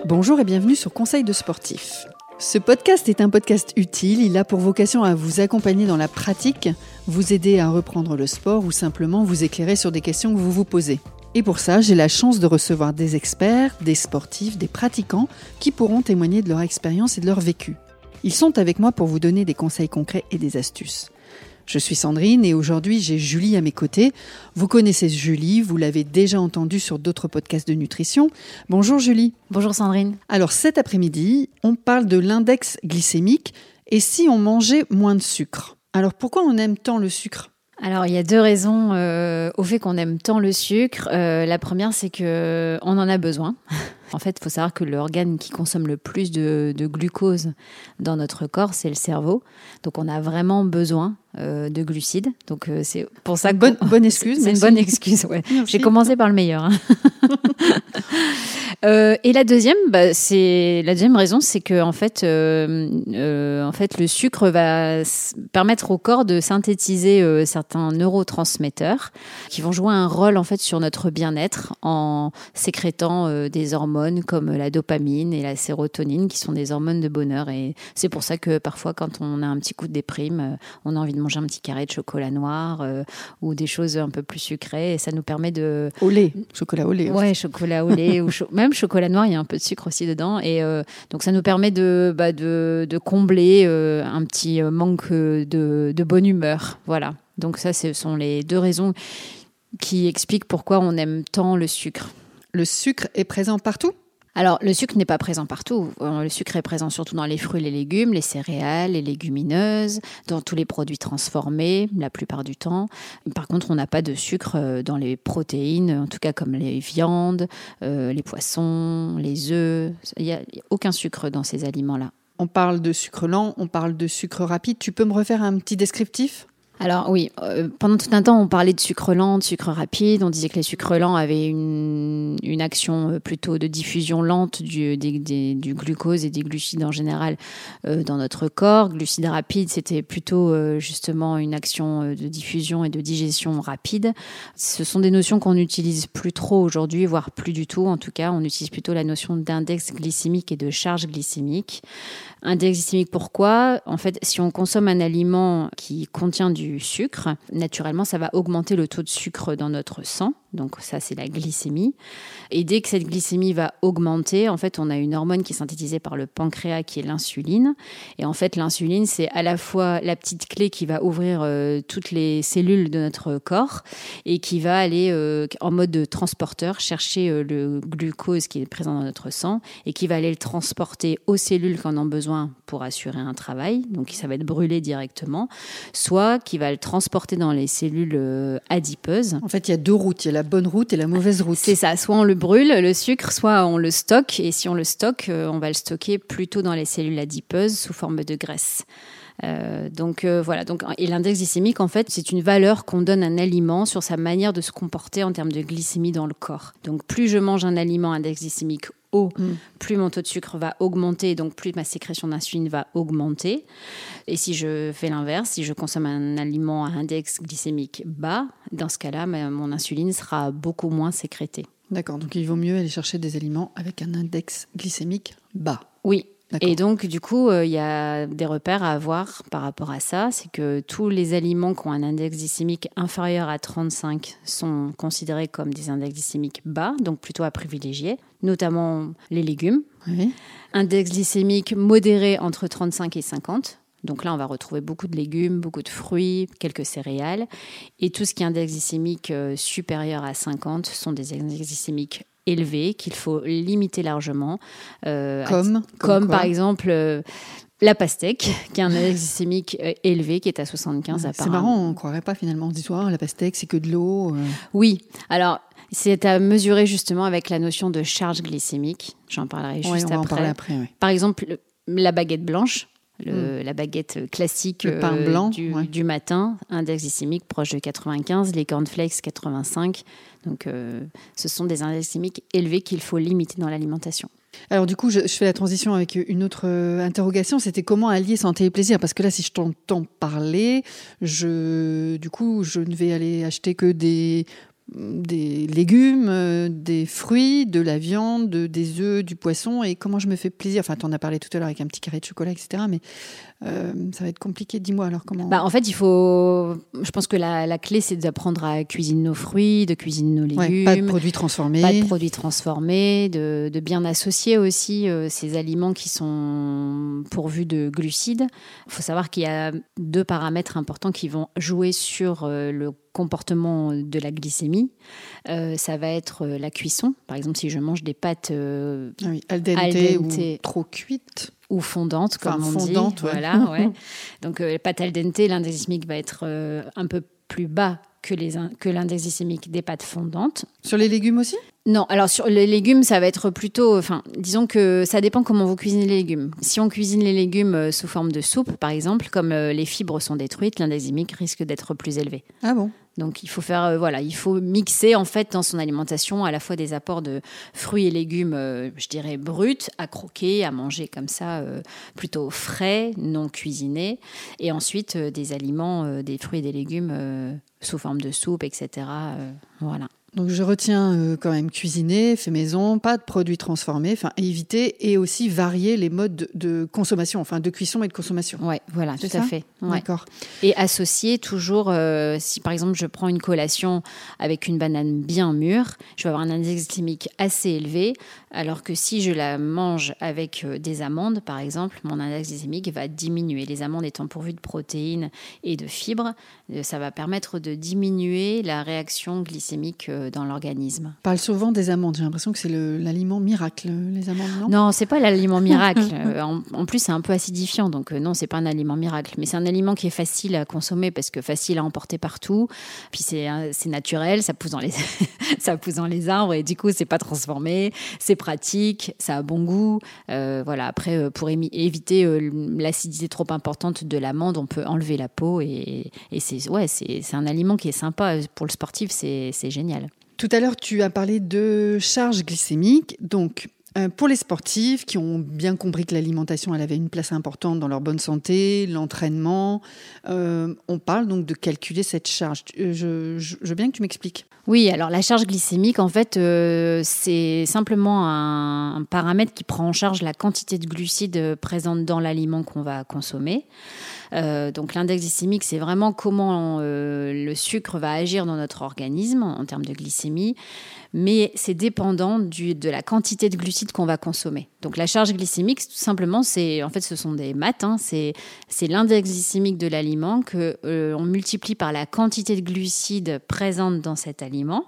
Bonjour et bienvenue sur Conseil de sportif. Ce podcast est un podcast utile, il a pour vocation à vous accompagner dans la pratique, vous aider à reprendre le sport ou simplement vous éclairer sur des questions que vous vous posez. Et pour ça, j'ai la chance de recevoir des experts, des sportifs, des pratiquants qui pourront témoigner de leur expérience et de leur vécu. Ils sont avec moi pour vous donner des conseils concrets et des astuces. Je suis Sandrine et aujourd'hui j'ai Julie à mes côtés. Vous connaissez Julie, vous l'avez déjà entendue sur d'autres podcasts de nutrition. Bonjour Julie. Bonjour Sandrine. Alors cet après-midi, on parle de l'index glycémique et si on mangeait moins de sucre. Alors pourquoi on aime tant le sucre ? Alors, il y a deux raisons au fait qu'on aime tant le sucre. La première, c'est qu'on en a besoin. En fait, il faut savoir que l'organe qui consomme le plus de glucose dans notre corps, c'est le cerveau. Donc, on a vraiment besoin de glucides. Donc, c'est pour ça que... Bonne excuse. C'est une bonne excuse, ouais. J'ai commencé par le meilleur. Et la deuxième raison, c'est que en fait, le sucre va permettre au corps de synthétiser certains neurotransmetteurs qui vont jouer un rôle en fait sur notre bien-être en sécrétant des hormones comme la dopamine et la sérotonine qui sont des hormones de bonheur. Et c'est pour ça que parfois, quand on a un petit coup de déprime, on a envie de manger un petit carré de chocolat noir ou des choses un peu plus sucrées. Et ça nous permet de... Au lait, chocolat au lait. Ouais, chocolat au lait ou même chocolat noir, il y a un peu de sucre aussi dedans. Et donc, ça nous permet de combler un petit manque de bonne humeur. Voilà. Donc ça, ce sont les deux raisons qui expliquent pourquoi on aime tant le sucre. Le sucre est présent partout ? Alors, le sucre n'est pas présent partout. Le sucre est présent surtout dans les fruits et les légumes, les céréales, les légumineuses, dans tous les produits transformés, la plupart du temps. Par contre, on n'a pas de sucre dans les protéines, en tout cas comme les viandes, les poissons, les œufs. Il n'y a aucun sucre dans ces aliments-là. On parle de sucre lent, on parle de sucre rapide. Tu peux me refaire un petit descriptif ? Alors oui, pendant tout un temps, on parlait de sucre lent, de sucre rapide. On disait que les sucres lents avaient une action plutôt de diffusion lente du glucose et des glucides en général dans notre corps. Glucides rapides, c'était plutôt justement une action de diffusion et de digestion rapide. Ce sont des notions qu'on n'utilise plus trop aujourd'hui, voire plus du tout. En tout cas, on utilise plutôt la notion d'index glycémique et de charge glycémique. Index glycémique, pourquoi ? En fait, si on consomme un aliment qui contient du sucre, naturellement, ça va augmenter le taux de sucre dans notre sang. Donc ça, c'est la glycémie. Et dès que cette glycémie va augmenter, en fait, on a une hormone qui est synthétisée par le pancréas, qui est l'insuline. Et en fait, l'insuline, c'est à la fois la petite clé qui va ouvrir toutes les cellules de notre corps et qui va aller en mode de transporteur chercher le glucose qui est présent dans notre sang et qui va aller le transporter aux cellules qui en ont besoin pour assurer un travail. Donc ça va être brûlé directement. Soit qui va le transporter dans les cellules adipeuses. En fait, il y a deux routes. Il y a la bonne route et la mauvaise route. C'est ça. Soit on le brûle, le sucre, soit on le stocke. Et si on le stocke, on va le stocker plutôt dans les cellules adipeuses sous forme de graisse. Voilà. Et l'index glycémique, en fait, c'est une valeur qu'on donne à un aliment sur sa manière de se comporter en termes de glycémie dans le corps. Donc, plus je mange un aliment à index glycémique haut, plus mon taux de sucre va augmenter, donc plus ma sécrétion d'insuline va augmenter. Et si je fais l'inverse, si je consomme un aliment à index glycémique bas, dans ce cas-là, mon insuline sera beaucoup moins sécrétée. D'accord, donc il vaut mieux aller chercher des aliments avec un index glycémique bas. Oui. D'accord. Et donc, du coup, il y a des repères à avoir par rapport à ça. C'est que tous les aliments qui ont un index glycémique inférieur à 35 sont considérés comme des index glycémiques bas, donc plutôt à privilégier, notamment les légumes. Oui. Index glycémique modéré entre 35 et 50. Donc là, on va retrouver beaucoup de légumes, beaucoup de fruits, quelques céréales. Et tout ce qui est index glycémique supérieur à 50 sont des index glycémiques élevés qu'il faut limiter largement. Comme par exemple la pastèque, qui a un index glycémique élevé, qui est à 75 apparemment. C'est marrant, on ne croirait pas finalement. On se dit, la pastèque, c'est que de l'eau. Oui, alors c'est à mesurer justement avec la notion de charge glycémique. J'en parlerai juste après. On va en parler après, oui. Par exemple, la baguette blanche. La baguette classique le pain blanc, du matin, index glycémique proche de 95, les cornflakes 85. Donc, ce sont des index glycémiques élevés qu'il faut limiter dans l'alimentation. Alors du coup, je fais la transition avec une autre interrogation. C'était comment allier santé et plaisir ? Parce que là, si je t'entends parler, du coup, je ne vais aller acheter que des des légumes, des fruits, de la viande, des œufs, du poisson, et comment je me fais plaisir. Enfin, tu en as parlé tout à l'heure avec un petit carré de chocolat, etc. Mais ça va être compliqué. Dis-moi alors comment... En fait, je pense que la clé, c'est d'apprendre à cuisiner nos fruits, de cuisiner nos légumes. Pas de produits transformés. Pas de produits transformés, de bien associer aussi ces aliments qui sont pourvus de glucides. Il faut savoir qu'il y a 2 paramètres importants qui vont jouer sur le comportement de la glycémie. Ça va être la cuisson. Par exemple, si je mange des pâtes al dente ou trop cuites. Ou fondantes, comme on dit. Ouais. Voilà, ouais. Donc, les pâtes al dente, l'index glycémique va être un peu plus bas que l'index glycémique des pâtes fondantes. Sur les légumes aussi ? Non, alors sur les légumes, ça va être plutôt... disons que ça dépend comment vous cuisinez les légumes. Si on cuisine les légumes sous forme de soupe, par exemple, comme les fibres sont détruites, l'index glycémique risque d'être plus élevé. Ah bon ? Donc il faut il faut mixer en fait dans son alimentation à la fois des apports de fruits et légumes, je dirais bruts, à croquer, à manger comme ça, plutôt frais, non cuisinés, et ensuite des aliments, des fruits et des légumes sous forme de soupe, etc. Voilà. Donc je retiens quand même cuisiner, fait maison, pas de produits transformés, éviter et aussi varier les modes de consommation, de cuisson et de consommation. Ouais, voilà, tout à fait. Ouais. D'accord. Et associer toujours, si par exemple je prends une collation avec une banane bien mûre, je vais avoir un index glycémique assez élevé, alors que si je la mange avec des amandes, par exemple, mon index glycémique va diminuer. Les amandes étant pourvues de protéines et de fibres, ça va permettre de diminuer la réaction glycémique dans l'organisme. On parle souvent des amandes. J'ai l'impression que c'est l'aliment miracle, les amandes, non ? Non, c'est pas l'aliment miracle. En plus, c'est un peu acidifiant, donc non, c'est pas un aliment miracle. Mais c'est un aliment qui est facile à consommer parce que facile à emporter partout. Puis c'est naturel, ça pousse dans les arbres et du coup, c'est pas transformé. C'est pratique, ça a bon goût. Après, pour éviter l'acidité trop importante de l'amande, on peut enlever la peau et c'est un aliment qui est sympa pour le sportif. C'est génial. Tout à l'heure, tu as parlé de charge glycémique. Donc, pour les sportifs qui ont bien compris que l'alimentation elle avait une place importante dans leur bonne santé, l'entraînement, on parle donc de calculer cette charge. Je veux bien que tu m'expliques. Oui, alors la charge glycémique, en fait, c'est simplement un paramètre qui prend en charge la quantité de glucides présente dans l'aliment qu'on va consommer. Donc l'index glycémique, c'est vraiment comment le sucre va agir dans notre organisme en termes de glycémie, mais c'est dépendant de la quantité de glucides qu'on va consommer. Donc la charge glycémique, tout simplement, ce sont des maths, c'est l'index glycémique de l'aliment que on multiplie par la quantité de glucides présente dans cet aliment.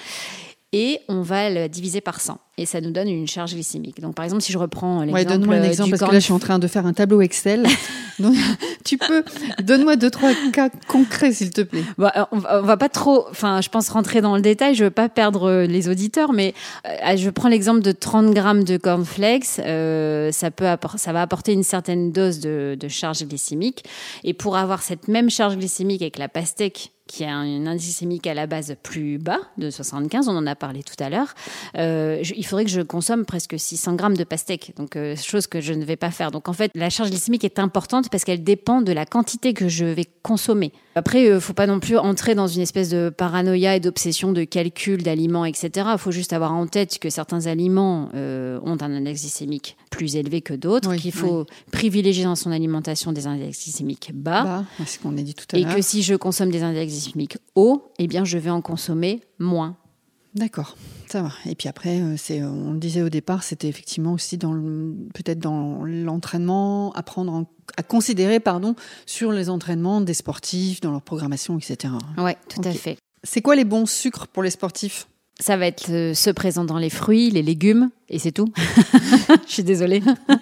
Et on va le diviser par 100. Et ça nous donne une charge glycémique. Donc, par exemple, si je reprends l'exemple... donne-moi un exemple, parce que là, je suis en train de faire un tableau Excel. Donc, donne-moi 2-3 cas concrets, s'il te plaît. On va pas trop, je pense, rentrer dans le détail. Je veux pas perdre les auditeurs, mais je prends l'exemple de 30 grammes de cornflakes. Ça va apporter une certaine dose de charge glycémique. Et pour avoir cette même charge glycémique avec la pastèque, qui a un indice glycémique à la base plus bas, de 75, on en a parlé tout à l'heure, il faudrait que je consomme presque 600 grammes de pastèque, donc chose que je ne vais pas faire. Donc en fait, la charge glycémique est importante parce qu'elle dépend de la quantité que je vais consommer. Après, il ne faut pas non plus entrer dans une espèce de paranoïa et d'obsession de calcul d'aliments, etc. Il faut juste avoir en tête que certains aliments ont un index glycémique plus élevé que d'autres, qu'il faut privilégier dans son alimentation des index glycémiques bas. C'est ce qu'on a dit tout à l'heure. Et que si je consomme des index glycémiques hauts, eh bien, je vais en consommer moins. D'accord, ça va. Et puis après, on le disait au départ, c'était effectivement aussi peut-être dans l'entraînement, apprendre à considérer sur les entraînements des sportifs, dans leur programmation, etc. Oui, tout à fait. C'est quoi les bons sucres pour les sportifs ? Ça va être ceux présents dans les fruits, les légumes, et c'est tout. Je suis désolée.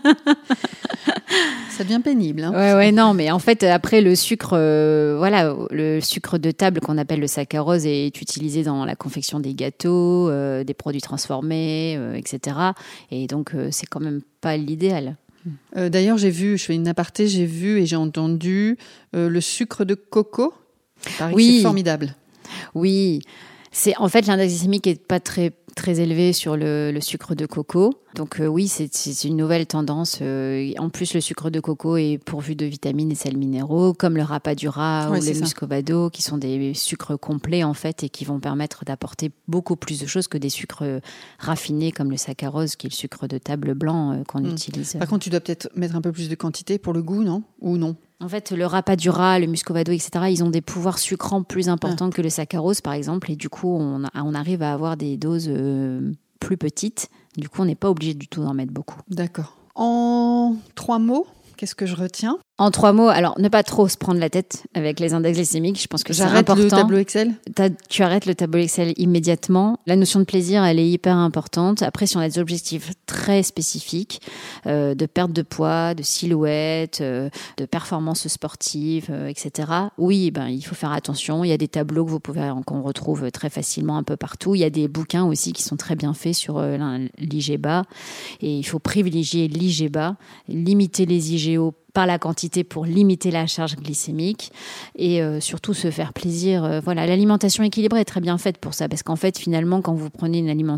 Ça devient pénible. Non, mais en fait, après, le sucre, le sucre de table qu'on appelle le saccharose est utilisé dans la confection des gâteaux, des produits transformés, etc. Et donc, c'est quand même pas l'idéal. D'ailleurs, je fais une aparté, j'ai vu et j'ai entendu le sucre de coco. C'est formidable. Oui. C'est en fait l'index glycémique est pas très élevé sur le sucre de coco. Donc oui, c'est une nouvelle tendance. En plus, le sucre de coco est pourvu de vitamines et sels minéraux, comme le rapadura ou le muscovado, qui sont des sucres complets en fait et qui vont permettre d'apporter beaucoup plus de choses que des sucres raffinés comme le saccharose, qui est le sucre de table blanc qu'on utilise. Par contre, tu dois peut-être mettre un peu plus de quantité pour le goût, non ? Ou non ? En fait, le rapadura, le muscovado, etc., ils ont des pouvoirs sucrants plus importants que le saccharose, par exemple. Et du coup, on arrive à avoir des doses plus petites. Du coup, on n'est pas obligé du tout d'en mettre beaucoup. D'accord. En 3 mots, qu'est-ce que je retiens ? En 3 mots, alors ne pas trop se prendre la tête avec les index glycémiques. Je pense que c'est important. J'arrête le tableau Excel ? Tu arrêtes le tableau Excel immédiatement. La notion de plaisir, elle est hyper importante. Après, si on a des objectifs très spécifiques de perte de poids, de silhouette, de performance sportive, etc. Oui, il faut faire attention. Il y a des tableaux qu'on retrouve très facilement un peu partout. Il y a des bouquins aussi qui sont très bien faits sur l'IGBA. Et il faut privilégier l'IGBA, limiter les IGO par la quantité pour limiter la charge glycémique et surtout se faire plaisir. Voilà, l'alimentation équilibrée est très bien faite pour ça parce qu'en fait, finalement, quand vous prenez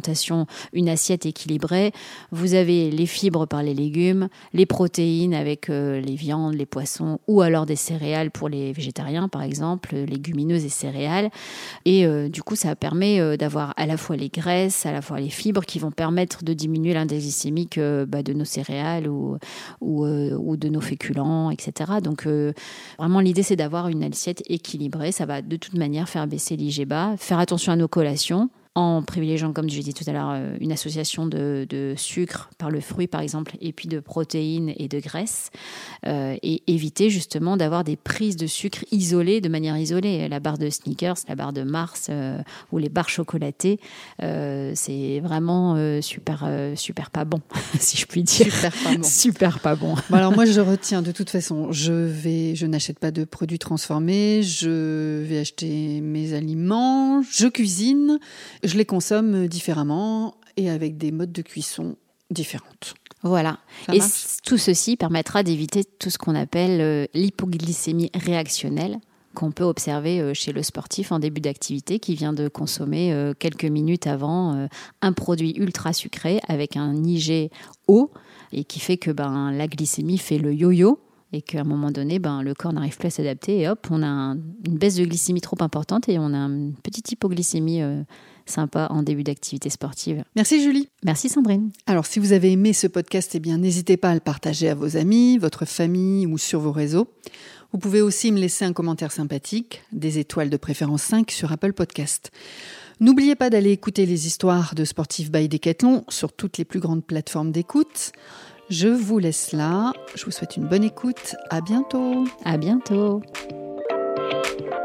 une assiette équilibrée, vous avez les fibres par les légumes, les protéines avec les viandes, les poissons ou alors des céréales pour les végétariens, par exemple, légumineuses et céréales. Et du coup, ça permet d'avoir à la fois les graisses, à la fois les fibres qui vont permettre de diminuer l'index glycémique de nos céréales ou de nos féculents, etc. Donc, vraiment, l'idée, c'est d'avoir une assiette équilibrée. Ça va de toute manière faire baisser l'IGBA. Faire attention à nos collations en privilégiant, comme je l'ai dit tout à l'heure, une association de sucre par le fruit, par exemple, et puis de protéines et de graisses. Et éviter justement d'avoir des prises de sucre isolées, de manière isolée. La barre de Snickers, la barre de Mars ou les barres chocolatées, c'est vraiment super pas bon, si je puis dire. Super pas bon. Super pas bon. Bon, alors moi, je retiens de toute façon, je n'achète pas de produits transformés, je vais acheter mes aliments, je cuisine, je les consomme différemment et avec des modes de cuisson différentes. Voilà. Et tout ceci permettra d'éviter tout ce qu'on appelle l'hypoglycémie réactionnelle qu'on peut observer chez le sportif en début d'activité qui vient de consommer quelques minutes avant un produit ultra sucré avec un IG haut et qui fait que la glycémie fait le yo-yo. Et qu'à un moment donné, le corps n'arrive plus à s'adapter et hop, on a une baisse de glycémie trop importante et on a une petite hypoglycémie sympa en début d'activité sportive. Merci Julie. Merci Sandrine. Alors si vous avez aimé ce podcast, n'hésitez pas à le partager à vos amis, votre famille ou sur vos réseaux. Vous pouvez aussi me laisser un commentaire sympathique, des étoiles de préférence 5 sur Apple Podcast. N'oubliez pas d'aller écouter les histoires de Sportif by Decathlon sur toutes les plus grandes plateformes d'écoute. Je vous laisse là. Je vous souhaite une bonne écoute. À bientôt. À bientôt.